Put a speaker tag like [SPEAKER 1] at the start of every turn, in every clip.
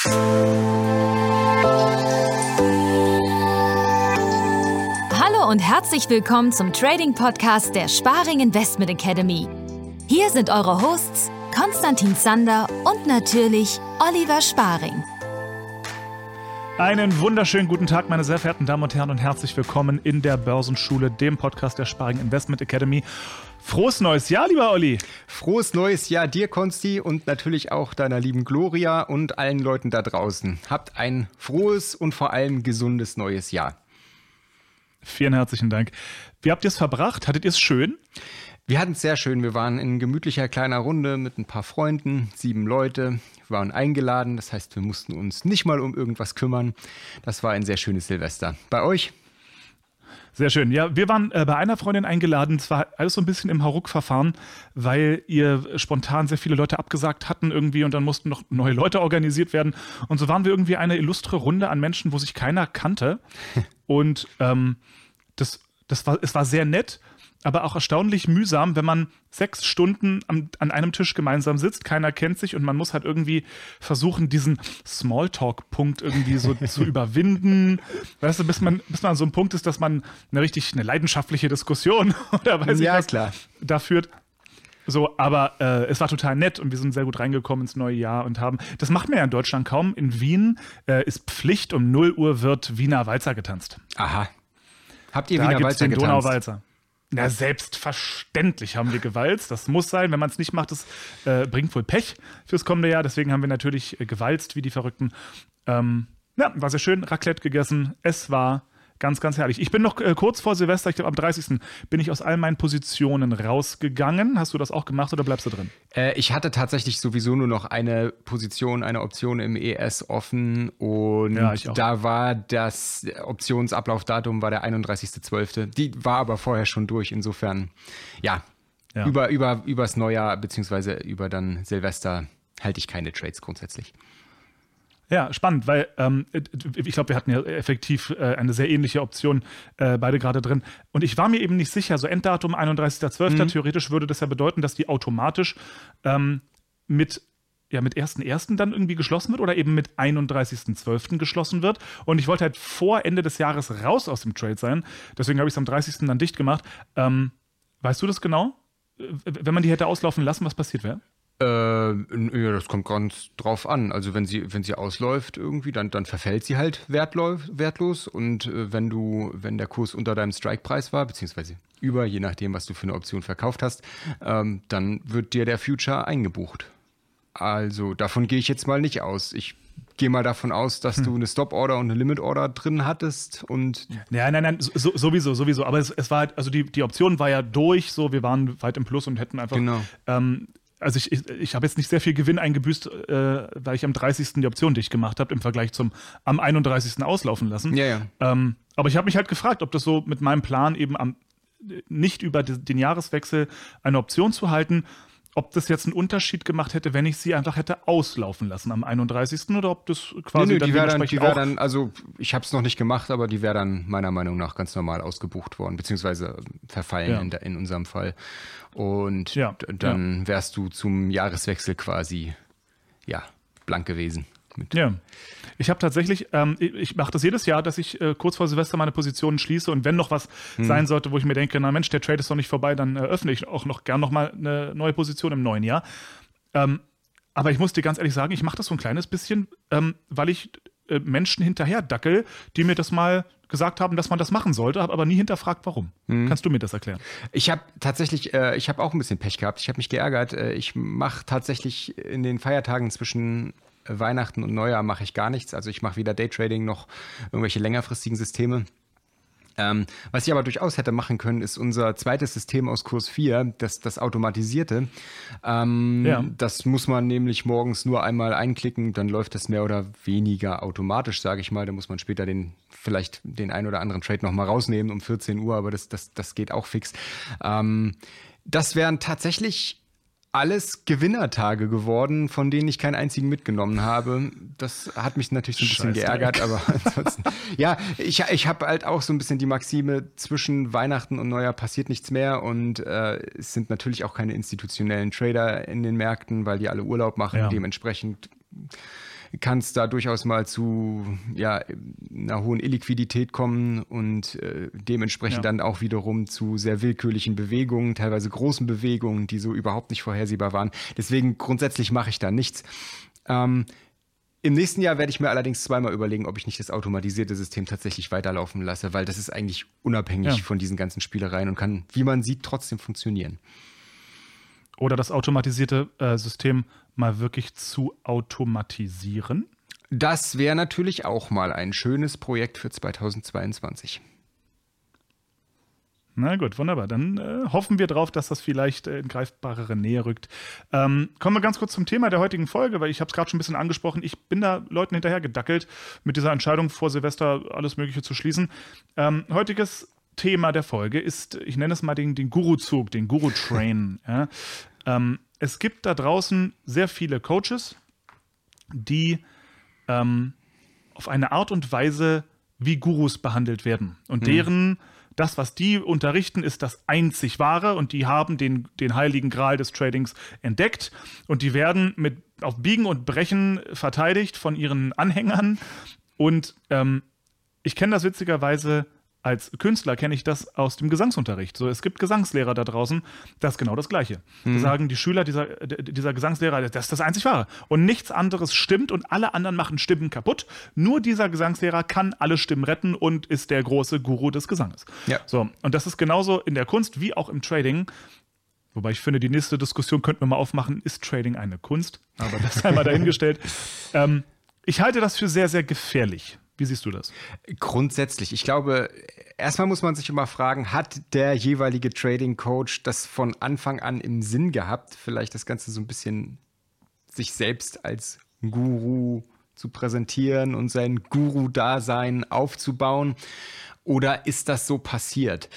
[SPEAKER 1] Hallo und herzlich willkommen zum Trading-Podcast der Sparing Investment Academy. Hier sind eure Hosts Konstantin Zander und natürlich Oliver Sparing.
[SPEAKER 2] Einen wunderschönen guten Tag, meine sehr verehrten Damen und Herren, und herzlich willkommen in der Börsenschule, dem Podcast der Sparing Investment Academy. Frohes neues Jahr, lieber Olli.
[SPEAKER 3] Frohes neues Jahr dir, Konsti, und natürlich auch deiner lieben Gloria und allen Leuten da draußen. Habt ein frohes und vor allem gesundes neues Jahr.
[SPEAKER 2] Vielen herzlichen Dank. Wie habt ihr es verbracht? Hattet ihr es schön?
[SPEAKER 3] Wir hatten es sehr schön. Wir waren in gemütlicher kleiner Runde mit ein paar Freunden, 7 Leute. Wir waren eingeladen, das heißt, wir mussten uns nicht mal um irgendwas kümmern. Das war ein sehr schönes Silvester. Bei euch?
[SPEAKER 2] Sehr schön. Ja, wir waren bei einer Freundin eingeladen. Es war alles so ein bisschen im Hauruck-Verfahren, weil ihr spontan sehr viele Leute abgesagt hatten irgendwie und dann mussten noch neue Leute organisiert werden. Und so waren wir irgendwie eine illustre Runde an Menschen, wo sich keiner kannte. Und es war sehr nett, aber auch erstaunlich mühsam, wenn man 6 Stunden an einem Tisch gemeinsam sitzt, keiner kennt sich und man muss halt irgendwie versuchen, diesen Smalltalk-Punkt irgendwie so zu überwinden. Weißt du, bis man an so einem Punkt ist, dass man eine leidenschaftliche Diskussion oder weiß ich was
[SPEAKER 3] klar.
[SPEAKER 2] da führt. So, aber es war total nett und wir sind sehr gut reingekommen ins neue Jahr und das macht man ja in Deutschland kaum. In Wien ist Pflicht, um 0 Uhr wird Wiener Walzer getanzt.
[SPEAKER 3] Aha. Habt ihr
[SPEAKER 2] Da
[SPEAKER 3] Wiener
[SPEAKER 2] gibt's
[SPEAKER 3] Walzer
[SPEAKER 2] den
[SPEAKER 3] getanzt?
[SPEAKER 2] Donauwalzer. Na, selbstverständlich haben wir gewalzt. Das muss sein. Wenn man es nicht macht, das bringt wohl Pech fürs kommende Jahr. Deswegen haben wir natürlich gewalzt wie die Verrückten. War sehr schön. Raclette gegessen. Es war ganz, ganz herrlich. Ich bin noch kurz vor Silvester, ich glaube am 30. bin ich aus all meinen Positionen rausgegangen. Hast du das auch gemacht oder bleibst du drin?
[SPEAKER 3] Ich hatte tatsächlich sowieso nur noch eine Position, eine Option im ES offen und
[SPEAKER 2] Ja, ich auch.
[SPEAKER 3] da war das Optionsablaufdatum war der 31.12. Die war aber vorher schon durch, insofern ja. Übers Neujahr beziehungsweise über dann Silvester halte ich keine Trades grundsätzlich.
[SPEAKER 2] Ja, spannend, weil ich glaube, wir hatten ja effektiv eine sehr ähnliche Option beide gerade drin. Und ich war mir eben nicht sicher, so Enddatum 31.12. Theoretisch würde das ja bedeuten, dass die automatisch mit 1.1. dann irgendwie geschlossen wird oder eben mit 31.12. geschlossen wird. Und ich wollte halt vor Ende des Jahres raus aus dem Trade sein. Deswegen habe ich es am 30. dann dicht gemacht. Weißt du das genau? Wenn man die hätte auslaufen lassen, was passiert wäre?
[SPEAKER 3] Ja, das kommt ganz drauf an. Also wenn sie ausläuft irgendwie, dann verfällt sie halt wertlos. Und wenn der Kurs unter deinem Strike-Preis war, beziehungsweise über, je nachdem, was du für eine Option verkauft hast, dann wird dir der Future eingebucht. Also davon gehe ich jetzt mal nicht aus. Ich gehe mal davon aus, dass du eine Stop-Order und eine Limit-Order drin hattest und...
[SPEAKER 2] Ja, nein, sowieso. Aber es war halt, also die Option war ja durch, so, wir waren weit im Plus und hätten einfach...
[SPEAKER 3] Genau.
[SPEAKER 2] Also ich habe jetzt nicht sehr viel Gewinn eingebüßt, weil ich am 30. die Option dicht gemacht habe, im Vergleich zum am 31. auslaufen lassen.
[SPEAKER 3] Ja.
[SPEAKER 2] Aber ich habe mich halt gefragt, ob das so mit meinem Plan eben nicht über den Jahreswechsel eine Option zu halten, ob das jetzt einen Unterschied gemacht hätte, wenn ich sie einfach hätte auslaufen lassen am 31. oder ob das quasi
[SPEAKER 3] die wäre dann, also ich habe es noch nicht gemacht, aber die wäre dann meiner Meinung nach ganz normal ausgebucht worden, beziehungsweise verfallen in unserem Fall. Und dann wärst du zum Jahreswechsel quasi, blank gewesen.
[SPEAKER 2] Ja, ich habe tatsächlich, ich mache das jedes Jahr, dass ich kurz vor Silvester meine Positionen schließe und wenn noch was sein sollte, wo ich mir denke, na Mensch, der Trade ist doch nicht vorbei, dann öffne ich auch noch gern nochmal eine neue Position im neuen Jahr. Aber ich muss dir ganz ehrlich sagen, ich mache das so ein kleines bisschen, weil ich Menschen hinterher dackel, die mir das mal gesagt haben, dass man das machen sollte, habe aber nie hinterfragt, warum. Kannst du mir das erklären?
[SPEAKER 3] Ich habe tatsächlich, ich habe auch ein bisschen Pech gehabt. Ich habe mich geärgert. Ich mache tatsächlich in den Feiertagen zwischen Weihnachten und Neujahr mache ich gar nichts. Also ich mache weder Daytrading noch irgendwelche längerfristigen Systeme. Was ich aber durchaus hätte machen können, ist unser zweites System aus Kurs 4, das automatisierte. Das muss man nämlich morgens nur einmal einklicken, dann läuft das mehr oder weniger automatisch, sage ich mal. Da muss man später vielleicht den ein oder anderen Trade nochmal rausnehmen um 14 Uhr, aber das geht auch fix. Das wären tatsächlich alles Gewinnertage geworden, von denen ich keinen einzigen mitgenommen habe. Das hat mich natürlich so ein bisschen geärgert, aber ansonsten. Ja, ich habe halt auch so ein bisschen die Maxime, zwischen Weihnachten und Neujahr passiert nichts mehr und es sind natürlich auch keine institutionellen Trader in den Märkten, weil die alle Urlaub machen. Ja. Dementsprechend kann es da durchaus mal zu einer hohen Illiquidität kommen und dementsprechend dann auch wiederum zu sehr willkürlichen Bewegungen, teilweise großen Bewegungen, die so überhaupt nicht vorhersehbar waren. Deswegen grundsätzlich mache ich da nichts. Im nächsten Jahr werde ich mir allerdings zweimal überlegen, ob ich nicht das automatisierte System tatsächlich weiterlaufen lasse, weil das ist eigentlich unabhängig von diesen ganzen Spielereien und kann, wie man sieht, trotzdem funktionieren.
[SPEAKER 2] Oder das automatisierte System mal wirklich zu automatisieren?
[SPEAKER 3] Das wäre natürlich auch mal ein schönes Projekt für 2022.
[SPEAKER 2] Na gut, wunderbar. Dann hoffen wir drauf, dass das vielleicht in greifbarere Nähe rückt. Kommen wir ganz kurz zum Thema der heutigen Folge, weil ich habe es gerade schon ein bisschen angesprochen. Ich bin da Leuten hinterher gedackelt, mit dieser Entscheidung vor Silvester alles Mögliche zu schließen. Heutiges Thema der Folge ist, ich nenne es mal den Guru-Zug, den Guru-Train. Ja. Es gibt da draußen sehr viele Coaches, die auf eine Art und Weise wie Gurus behandelt werden. Und das, was die unterrichten, ist das einzig Wahre und die haben den heiligen Gral des Tradings entdeckt und die werden auf Biegen und Brechen verteidigt von ihren Anhängern und ich kenne das witzigerweise, als Künstler kenne ich das aus dem Gesangsunterricht. So, es gibt Gesangslehrer da draußen, das ist genau das Gleiche. Da sagen die Schüler, dieser Gesangslehrer, das ist das einzig Wahre. Und nichts anderes stimmt und alle anderen machen Stimmen kaputt. Nur dieser Gesangslehrer kann alle Stimmen retten und ist der große Guru des Gesanges. Ja. So, und das ist genauso in der Kunst wie auch im Trading. Wobei ich finde, die nächste Diskussion könnten wir mal aufmachen, ist Trading eine Kunst? Aber das sei mal dahingestellt. Ich halte das für sehr, sehr gefährlich. Wie siehst du das?
[SPEAKER 3] Grundsätzlich. Ich glaube, erstmal muss man sich immer fragen, hat der jeweilige Trading-Coach das von Anfang an im Sinn gehabt, vielleicht das Ganze so ein bisschen sich selbst als Guru zu präsentieren und sein Guru-Dasein aufzubauen? Oder ist das so passiert?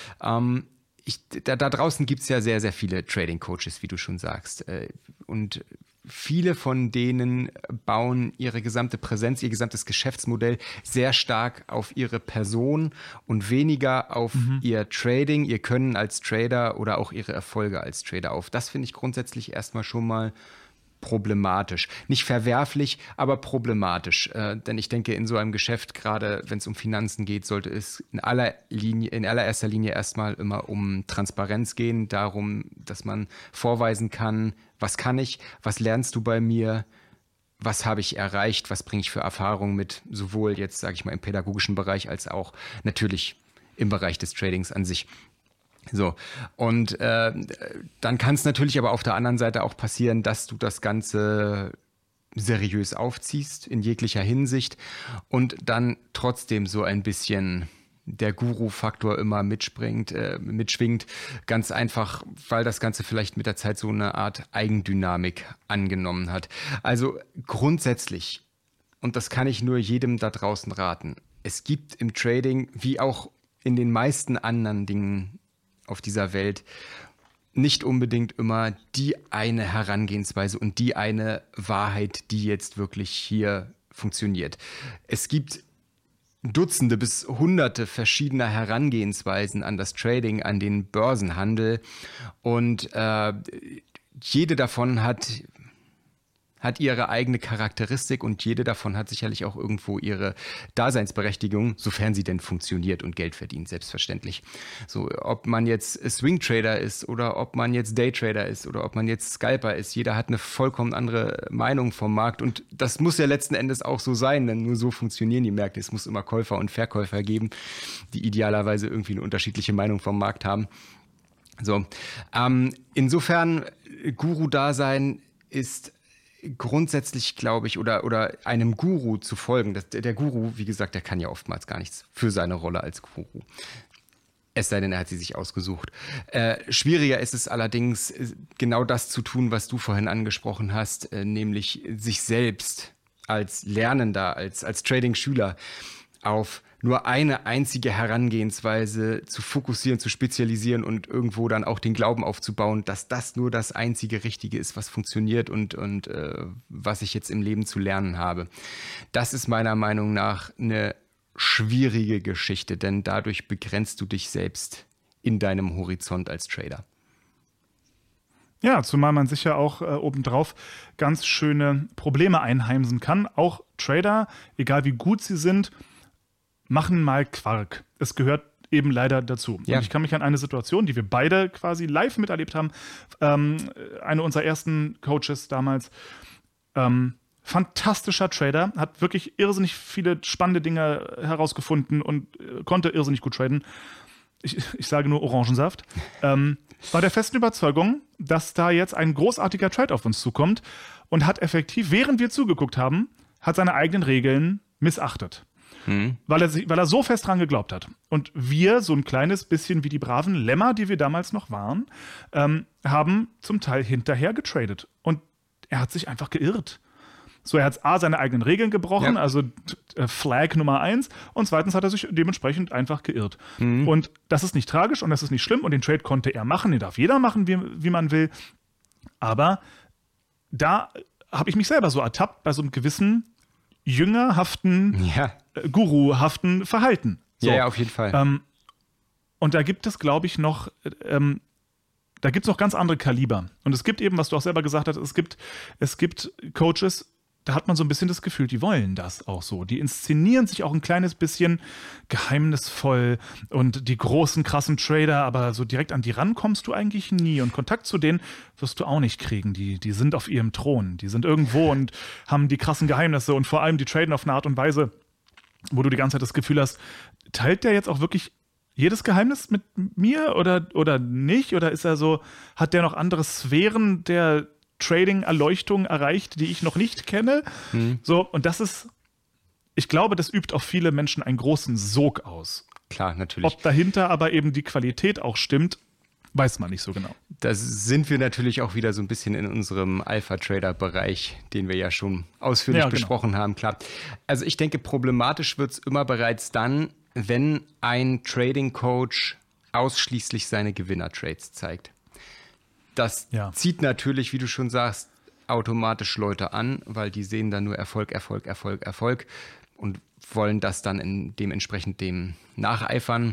[SPEAKER 3] Da draußen gibt es ja sehr, sehr viele Trading-Coaches, wie du schon sagst. Und viele von denen bauen ihre gesamte Präsenz, ihr gesamtes Geschäftsmodell sehr stark auf ihre Person und weniger auf ihr Trading, ihr Können als Trader oder auch ihre Erfolge als Trader auf. Das finde ich grundsätzlich erstmal schon mal problematisch. Nicht verwerflich, aber problematisch. Denn ich denke, in so einem Geschäft, gerade wenn es um Finanzen geht, sollte es in allererster Linie erstmal immer um Transparenz gehen, darum, dass man vorweisen kann, was kann ich, was lernst du bei mir, was habe ich erreicht, was bringe ich für Erfahrungen mit, sowohl jetzt, sage ich mal, im pädagogischen Bereich als auch natürlich im Bereich des Tradings an sich. So, und dann kann es natürlich aber auf der anderen Seite auch passieren, dass du das Ganze seriös aufziehst in jeglicher Hinsicht und dann trotzdem so ein bisschen der Guru-Faktor immer mitschwingt, ganz einfach, weil das Ganze vielleicht mit der Zeit so eine Art Eigendynamik angenommen hat. Also grundsätzlich, und das kann ich nur jedem da draußen raten, es gibt im Trading, wie auch in den meisten anderen Dingen auf dieser Welt, nicht unbedingt immer die eine Herangehensweise und die eine Wahrheit, die jetzt wirklich hier funktioniert. Es gibt Dutzende bis Hunderte verschiedener Herangehensweisen an das Trading, an den Börsenhandel und jede davon hat ihre eigene Charakteristik und jede davon hat sicherlich auch irgendwo ihre Daseinsberechtigung, sofern sie denn funktioniert und Geld verdient, selbstverständlich. So, ob man jetzt Swing Trader ist oder ob man jetzt Day Trader ist oder ob man jetzt Scalper ist, jeder hat eine vollkommen andere Meinung vom Markt und das muss ja letzten Endes auch so sein, denn nur so funktionieren die Märkte. Es muss immer Käufer und Verkäufer geben, die idealerweise irgendwie eine unterschiedliche Meinung vom Markt haben. So, insofern Guru-Dasein ist grundsätzlich, glaube ich, oder einem Guru zu folgen. Der Guru, wie gesagt, der kann ja oftmals gar nichts für seine Rolle als Guru. Es sei denn, er hat sie sich ausgesucht. Schwieriger ist es allerdings, genau das zu tun, was du vorhin angesprochen hast, nämlich sich selbst als Lernender, als Trading-Schüler auf nur eine einzige Herangehensweise zu fokussieren, zu spezialisieren und irgendwo dann auch den Glauben aufzubauen, dass das nur das einzige Richtige ist, was funktioniert und was ich jetzt im Leben zu lernen habe. Das ist meiner Meinung nach eine schwierige Geschichte, denn dadurch begrenzt du dich selbst in deinem Horizont als Trader.
[SPEAKER 2] Ja, zumal man sicher auch obendrauf ganz schöne Probleme einheimsen kann. Auch Trader, egal wie gut sie sind, machen mal Quark. Es gehört eben leider dazu.
[SPEAKER 3] Ja.
[SPEAKER 2] Und ich kann mich an eine Situation, die wir beide quasi live miterlebt haben, eine unserer ersten Coaches damals, fantastischer Trader, hat wirklich irrsinnig viele spannende Dinge herausgefunden und konnte irrsinnig gut traden. Ich sage nur Orangensaft, war der festen Überzeugung, dass da jetzt ein großartiger Trade auf uns zukommt und hat effektiv, während wir zugeguckt haben, hat seine eigenen Regeln missachtet. Weil er so fest dran geglaubt hat. Und wir, so ein kleines bisschen wie die braven Lämmer, die wir damals noch waren, haben zum Teil hinterher getradet. Und er hat sich einfach geirrt. So, er hat A, seine eigenen Regeln gebrochen, also Flag Nummer 1, und zweitens hat er sich dementsprechend einfach geirrt. Und das ist nicht tragisch und das ist nicht schlimm und den Trade konnte er machen, den darf jeder machen, wie man will. Aber da habe ich mich selber so ertappt bei so einem gewissen jüngerhaften, guruhaften Verhalten. So.
[SPEAKER 3] Ja, auf jeden Fall.
[SPEAKER 2] Und da gibt es, glaube ich, noch ganz andere Kaliber. Und es gibt eben, was du auch selber gesagt hast, es gibt Coaches, da hat man so ein bisschen das Gefühl, die wollen das auch so. Die inszenieren sich auch ein kleines bisschen geheimnisvoll und die großen, krassen Trader, aber so direkt an die ran kommst du eigentlich nie. Und Kontakt zu denen wirst du auch nicht kriegen. Die sind auf ihrem Thron. Die sind irgendwo und haben die krassen Geheimnisse und vor allem die traden auf eine Art und Weise, wo du die ganze Zeit das Gefühl hast, teilt der jetzt auch wirklich jedes Geheimnis mit mir oder nicht? Oder ist er so, hat der noch andere Sphären der Trading-Erleuchtung erreicht, die ich noch nicht kenne? So, und das ist, ich glaube, das übt auf viele Menschen einen großen Sog aus.
[SPEAKER 3] Klar, natürlich.
[SPEAKER 2] Ob dahinter aber eben die Qualität auch stimmt, weiß man nicht so genau.
[SPEAKER 3] Da sind wir natürlich auch wieder so ein bisschen in unserem Alpha-Trader-Bereich, den wir ja schon ausführlich besprochen haben, klar. Also ich denke, problematisch wird es immer bereits dann, wenn ein Trading-Coach ausschließlich seine Gewinner-Trades zeigt. Das zieht natürlich, wie du schon sagst, automatisch Leute an, weil die sehen dann nur Erfolg, Erfolg, Erfolg, Erfolg und wollen das dann dementsprechend dem nacheifern.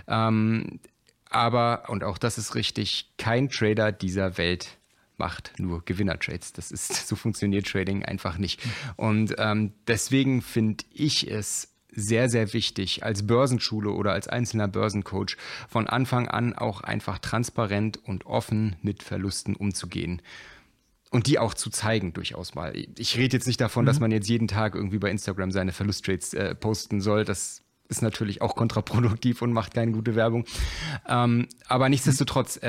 [SPEAKER 3] Aber, und auch das ist richtig, kein Trader dieser Welt macht nur Gewinner-Trades. So funktioniert Trading einfach nicht. Und deswegen finde ich es sehr, sehr wichtig, als Börsenschule oder als einzelner Börsencoach von Anfang an auch einfach transparent und offen mit Verlusten umzugehen. Und die auch zu zeigen durchaus mal. Ich rede jetzt nicht davon, dass man jetzt jeden Tag irgendwie bei Instagram seine Verlusttrades posten soll. Das ist natürlich auch kontraproduktiv und macht keine gute Werbung. Aber nichtsdestotrotz,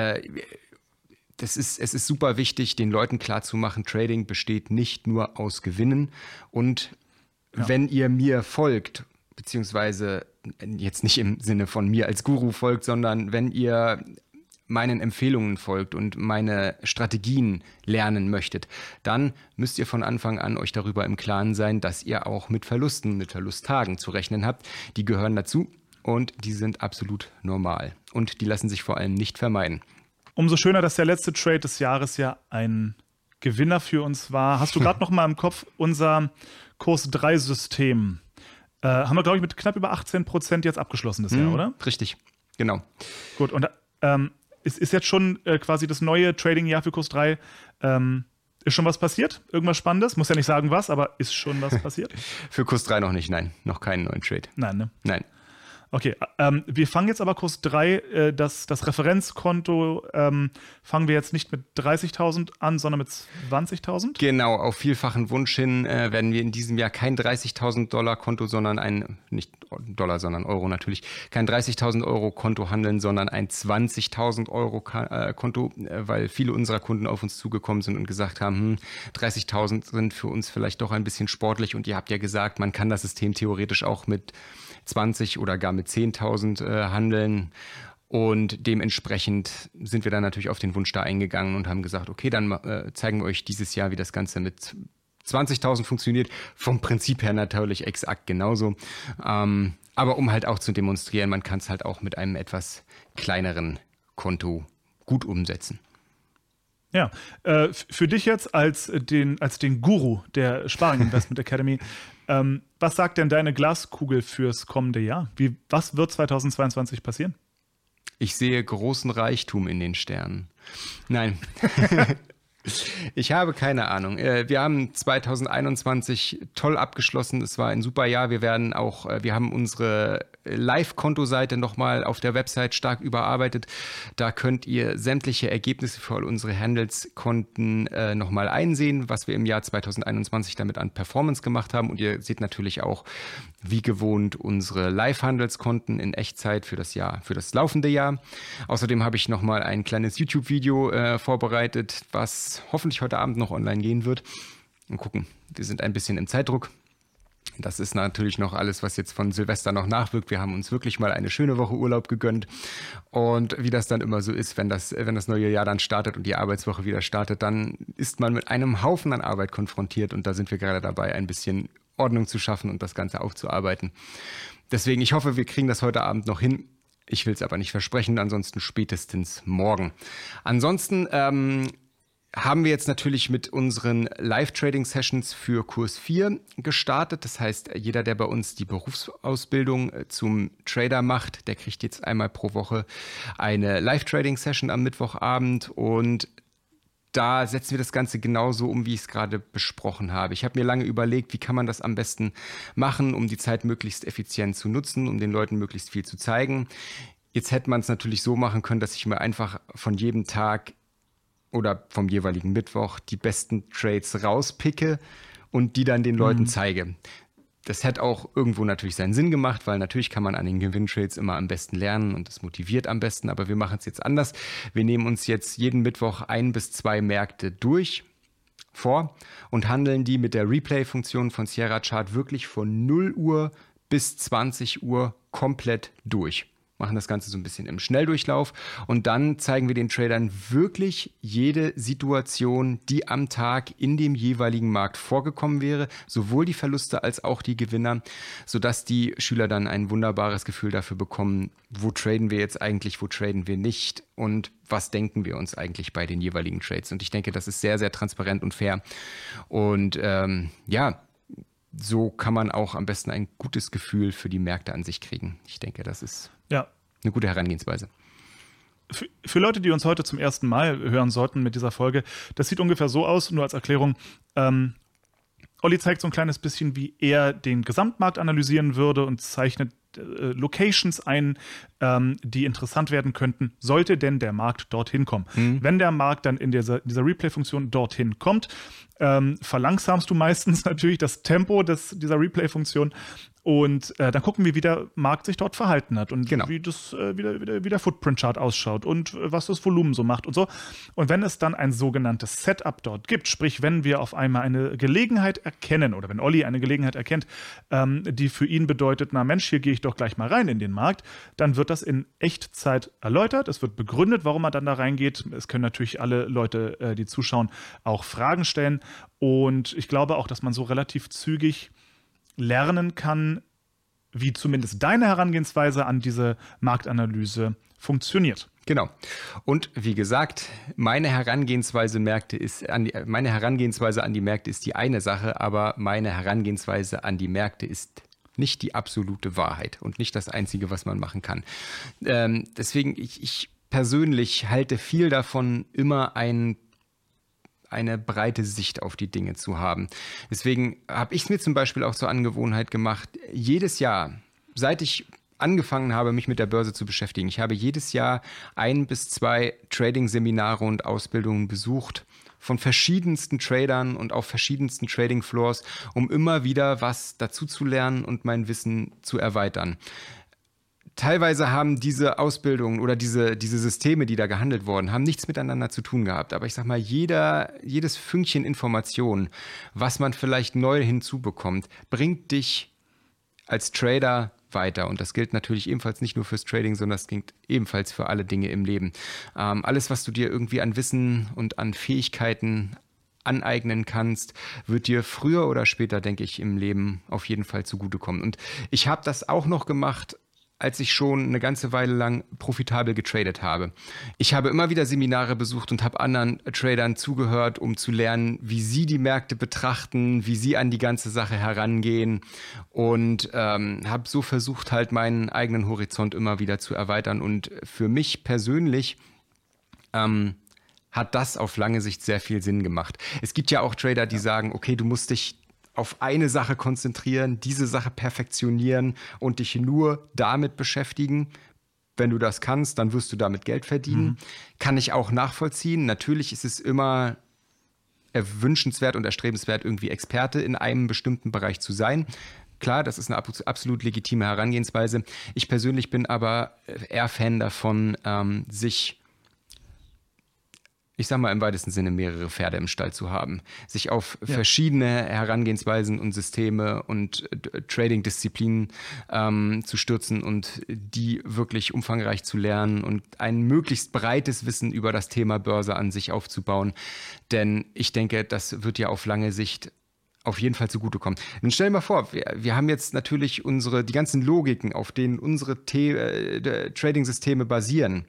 [SPEAKER 3] es ist super wichtig, den Leuten klarzumachen, Trading besteht nicht nur aus Gewinnen. Und wenn ihr mir folgt, beziehungsweise jetzt nicht im Sinne von mir als Guru folgt, sondern wenn ihr meinen Empfehlungen folgt und meine Strategien lernen möchtet, dann müsst ihr von Anfang an euch darüber im Klaren sein, dass ihr auch mit Verlusten, mit Verlusttagen zu rechnen habt. Die gehören dazu und die sind absolut normal und die lassen sich vor allem nicht vermeiden.
[SPEAKER 2] Umso schöner, dass der letzte Trade des Jahres ja ein Gewinner für uns war. Hast du gerade noch mal im Kopf unser Kurs-3-System? Haben wir, glaube ich, mit knapp über 18% jetzt abgeschlossen das Jahr, oder?
[SPEAKER 3] Richtig, genau.
[SPEAKER 2] Gut, und ist jetzt schon quasi das neue Trading-Jahr für Kurs 3. Ist schon was passiert? Irgendwas Spannendes? Muss ja nicht sagen was, aber ist schon was passiert?
[SPEAKER 3] Für Kurs 3 noch nicht, nein. Noch keinen neuen Trade.
[SPEAKER 2] Nein, ne?
[SPEAKER 3] Nein.
[SPEAKER 2] Okay, wir fangen jetzt aber Kurs 3, das Referenzkonto fangen wir jetzt nicht mit 30.000 an, sondern mit 20.000?
[SPEAKER 3] Genau, auf vielfachen Wunsch hin werden wir in diesem Jahr kein 30.000 $ Konto, sondern nicht Dollar, sondern Euro natürlich, kein 30.000 € Konto handeln, sondern ein 20.000 € Konto, weil viele unserer Kunden auf uns zugekommen sind und gesagt haben, 30.000 sind für uns vielleicht doch ein bisschen sportlich und ihr habt ja gesagt, man kann das System theoretisch auch mit 20 oder gar mit 10.000 handeln und dementsprechend sind wir dann natürlich auf den Wunsch da eingegangen und haben gesagt, okay, dann zeigen wir euch dieses Jahr, wie das Ganze mit 20.000 funktioniert. Vom Prinzip her natürlich exakt genauso, aber um halt auch zu demonstrieren, man kann es halt auch mit einem etwas kleineren Konto gut umsetzen.
[SPEAKER 2] Ja, für dich jetzt als den Guru der Sparing Investment Academy, was sagt denn deine Glaskugel fürs kommende Jahr? Was wird 2022 passieren?
[SPEAKER 3] Ich sehe großen Reichtum in den Sternen. Nein. Ich habe keine Ahnung. Wir haben 2021 toll abgeschlossen. Es war ein super Jahr. Wir haben unsere Live-Kontoseite nochmal auf der Website stark überarbeitet. Da könnt ihr sämtliche Ergebnisse für all unsere Handelskonten nochmal einsehen, was wir im Jahr 2021 damit an Performance gemacht haben. Und ihr seht natürlich auch, wie gewohnt, unsere Live-Handelskonten in Echtzeit für das laufende Jahr. Außerdem habe ich nochmal ein kleines YouTube-Video vorbereitet, was hoffentlich heute Abend noch online gehen wird. Und gucken, wir sind ein bisschen im Zeitdruck. Das ist natürlich noch alles, was jetzt von Silvester noch nachwirkt. Wir haben uns wirklich mal eine schöne Woche Urlaub gegönnt. Und wie das dann immer so ist, wenn das neue Jahr dann startet und die Arbeitswoche wieder startet, dann ist man mit einem Haufen an Arbeit konfrontiert. Und da sind wir gerade dabei, ein bisschen Ordnung zu schaffen und das Ganze aufzuarbeiten. Deswegen, ich hoffe, wir kriegen das heute Abend noch hin. Ich will es aber nicht versprechen, ansonsten spätestens morgen. Ansonsten haben wir jetzt natürlich mit unseren Live-Trading-Sessions für Kurs 4 gestartet. Das heißt, jeder, der bei uns die Berufsausbildung zum Trader macht, der kriegt jetzt einmal pro Woche eine Live-Trading-Session am Mittwochabend und da setzen wir das Ganze genauso um, wie ich es gerade besprochen habe. Ich habe mir lange überlegt, wie kann man das am besten machen, um die Zeit möglichst effizient zu nutzen, um den Leuten möglichst viel zu zeigen. Jetzt hätte man es natürlich so machen können, dass ich mir einfach von jedem Tag oder vom jeweiligen Mittwoch die besten Trades rauspicke und die dann den Leuten zeige. Das hätte auch irgendwo natürlich seinen Sinn gemacht, weil natürlich kann man an den Gewinntrades immer am besten lernen und das motiviert am besten, aber wir machen es jetzt anders. Wir nehmen uns jetzt jeden Mittwoch 1 bis 2 Märkte vor und handeln die mit der Replay-Funktion von Sierra Chart wirklich von 0 Uhr bis 20 Uhr komplett durch. Machen das Ganze so ein bisschen im Schnelldurchlauf und dann zeigen wir den Tradern wirklich jede Situation, die am Tag in dem jeweiligen Markt vorgekommen wäre, sowohl die Verluste als auch die Gewinner, sodass die Schüler dann ein wunderbares Gefühl dafür bekommen, wo traden wir jetzt eigentlich, wo traden wir nicht und was denken wir uns eigentlich bei den jeweiligen Trades. Und ich denke, das ist sehr, sehr transparent und fair und so kann man auch am besten ein gutes Gefühl für die Märkte an sich kriegen. Ich denke, das ist eine gute Herangehensweise.
[SPEAKER 2] Für Leute, die uns heute zum ersten Mal hören sollten mit dieser Folge, das sieht ungefähr so aus, nur als Erklärung. Olli zeigt so ein kleines bisschen, wie er den Gesamtmarkt analysieren würde und zeichnet Locations ein, die interessant werden könnten, sollte denn der Markt dorthin kommen. Wenn der Markt dann in dieser Replay-Funktion dorthin kommt, verlangsamst du meistens natürlich das Tempo dieser Replay-Funktion und dann gucken wir, wie der Markt sich dort verhalten hat und wie der Footprint-Chart ausschaut und was das Volumen so macht und so. Und wenn es dann ein sogenanntes Setup dort gibt, sprich, wenn wir auf einmal eine Gelegenheit erkennen oder wenn Olli eine Gelegenheit erkennt, die für ihn bedeutet, na Mensch, hier gehe ich doch gleich mal rein in den Markt, dann wird das in Echtzeit erläutert. Es wird begründet, warum man dann da reingeht. Es können natürlich alle Leute, die zuschauen, auch Fragen stellen. Und ich glaube auch, dass man so relativ zügig lernen kann, wie zumindest deine Herangehensweise an diese Marktanalyse funktioniert.
[SPEAKER 3] Genau. Und wie gesagt, meine Herangehensweise an die Märkte ist die eine Sache, aber meine Herangehensweise an die Märkte ist nicht die absolute Wahrheit und nicht das Einzige, was man machen kann. Deswegen, ich persönlich halte viel davon, immer eine breite Sicht auf die Dinge zu haben. Deswegen habe ich es mir zum Beispiel auch zur Angewohnheit gemacht, jedes Jahr, seit ich angefangen habe, mich mit der Börse zu beschäftigen, ich habe jedes Jahr 1 bis 2 Trading-Seminare und Ausbildungen besucht von verschiedensten Tradern und auf verschiedensten Trading-Floors, um immer wieder was dazu zu lernen und mein Wissen zu erweitern. Teilweise haben diese Ausbildungen oder diese Systeme, die da gehandelt wurden, haben nichts miteinander zu tun gehabt. Aber ich sag mal, jedes Fünkchen Information, was man vielleicht neu hinzubekommt, bringt dich als Trader weiter. Und das gilt natürlich ebenfalls nicht nur fürs Trading, sondern das gilt ebenfalls für alle Dinge im Leben. Alles, was du dir irgendwie an Wissen und an Fähigkeiten aneignen kannst, wird dir früher oder später, denke ich, im Leben auf jeden Fall zugutekommen. Und ich habe das auch noch gemacht, als ich schon eine ganze Weile lang profitabel getradet habe. Ich habe immer wieder Seminare besucht und habe anderen Tradern zugehört, um zu lernen, wie sie die Märkte betrachten, wie sie an die ganze Sache herangehen und habe so versucht, halt meinen eigenen Horizont immer wieder zu erweitern. Und für mich persönlich hat das auf lange Sicht sehr viel Sinn gemacht. Es gibt ja auch Trader, die sagen, okay, du musst dich auf eine Sache konzentrieren, diese Sache perfektionieren und dich nur damit beschäftigen. Wenn du das kannst, dann wirst du damit Geld verdienen. Kann ich auch nachvollziehen. Natürlich ist es immer wünschenswert und erstrebenswert, irgendwie Experte in einem bestimmten Bereich zu sein. Klar, das ist eine absolut legitime Herangehensweise. Ich persönlich bin aber eher Fan davon, sich, ich sag mal im weitesten Sinne, mehrere Pferde im Stall zu haben. Sich auf verschiedene Herangehensweisen und Systeme und Trading-Disziplinen zu stürzen und die wirklich umfangreich zu lernen und ein möglichst breites Wissen über das Thema Börse an sich aufzubauen. Denn ich denke, das wird ja auf lange Sicht auf jeden Fall zugutekommen. Nun stell dir mal vor, wir haben jetzt natürlich die ganzen Logiken, auf denen unsere Trading-Systeme basieren.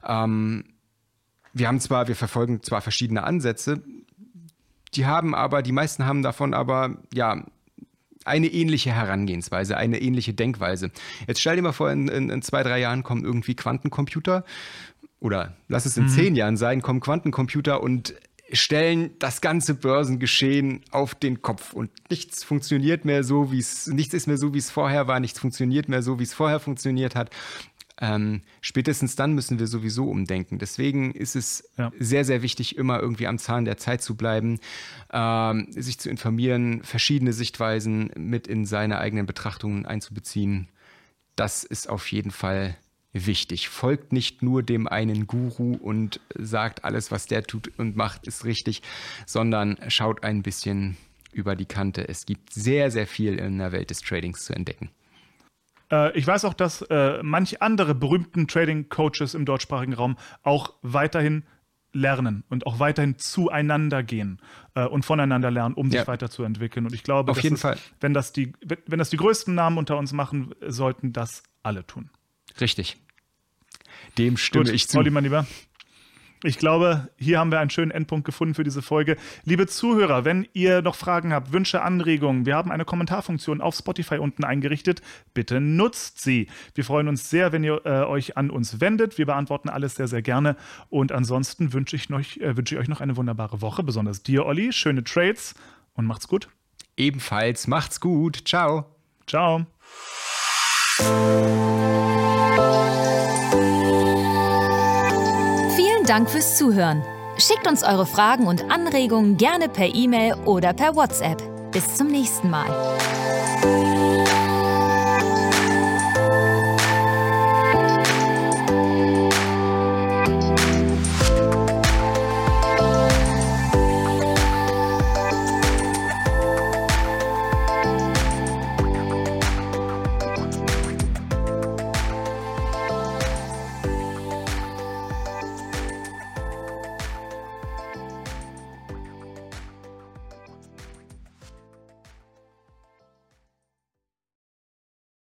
[SPEAKER 3] Wir verfolgen zwar verschiedene Ansätze, die meisten haben davon aber, ja, eine ähnliche Herangehensweise, eine ähnliche Denkweise. Jetzt stell dir mal vor, in 2-3 Jahren kommen irgendwie Quantencomputer oder lass es in 10 Jahren sein, kommen Quantencomputer und stellen das ganze Börsengeschehen auf den Kopf und nichts ist mehr so, wie es vorher war, nichts funktioniert mehr so, wie es vorher funktioniert hat. Spätestens dann müssen wir sowieso umdenken. Deswegen ist es sehr, sehr wichtig, immer irgendwie am Zahn der Zeit zu bleiben, sich zu informieren, verschiedene Sichtweisen mit in seine eigenen Betrachtungen einzubeziehen. Das ist auf jeden Fall wichtig. Folgt nicht nur dem einen Guru und sagt, alles, was der tut und macht, ist richtig, sondern schaut ein bisschen über die Kante. Es gibt sehr, sehr viel in der Welt des Tradings zu entdecken.
[SPEAKER 2] Ich weiß auch, dass manch andere berühmten Trading-Coaches im deutschsprachigen Raum auch weiterhin lernen und auch weiterhin zueinander gehen und voneinander lernen, um sich weiterzuentwickeln. Und ich glaube,
[SPEAKER 3] auf jeden Fall.
[SPEAKER 2] Wenn das die größten Namen unter uns machen, sollten das alle tun.
[SPEAKER 3] Richtig. Dem stimme ich zu.
[SPEAKER 2] Olli, mein Lieber. Ich glaube, hier haben wir einen schönen Endpunkt gefunden für diese Folge. Liebe Zuhörer, wenn ihr noch Fragen habt, Wünsche, Anregungen, wir haben eine Kommentarfunktion auf Spotify unten eingerichtet. Bitte nutzt sie. Wir freuen uns sehr, wenn ihr euch an uns wendet. Wir beantworten alles sehr, sehr gerne. Und ansonsten wünsche ich euch noch eine wunderbare Woche, besonders dir, Olli. Schöne Trades und macht's gut.
[SPEAKER 3] Ebenfalls macht's gut. Ciao.
[SPEAKER 2] Ciao.
[SPEAKER 1] Dank fürs Zuhören. Schickt uns eure Fragen und Anregungen gerne per E-Mail oder per WhatsApp. Bis zum nächsten Mal.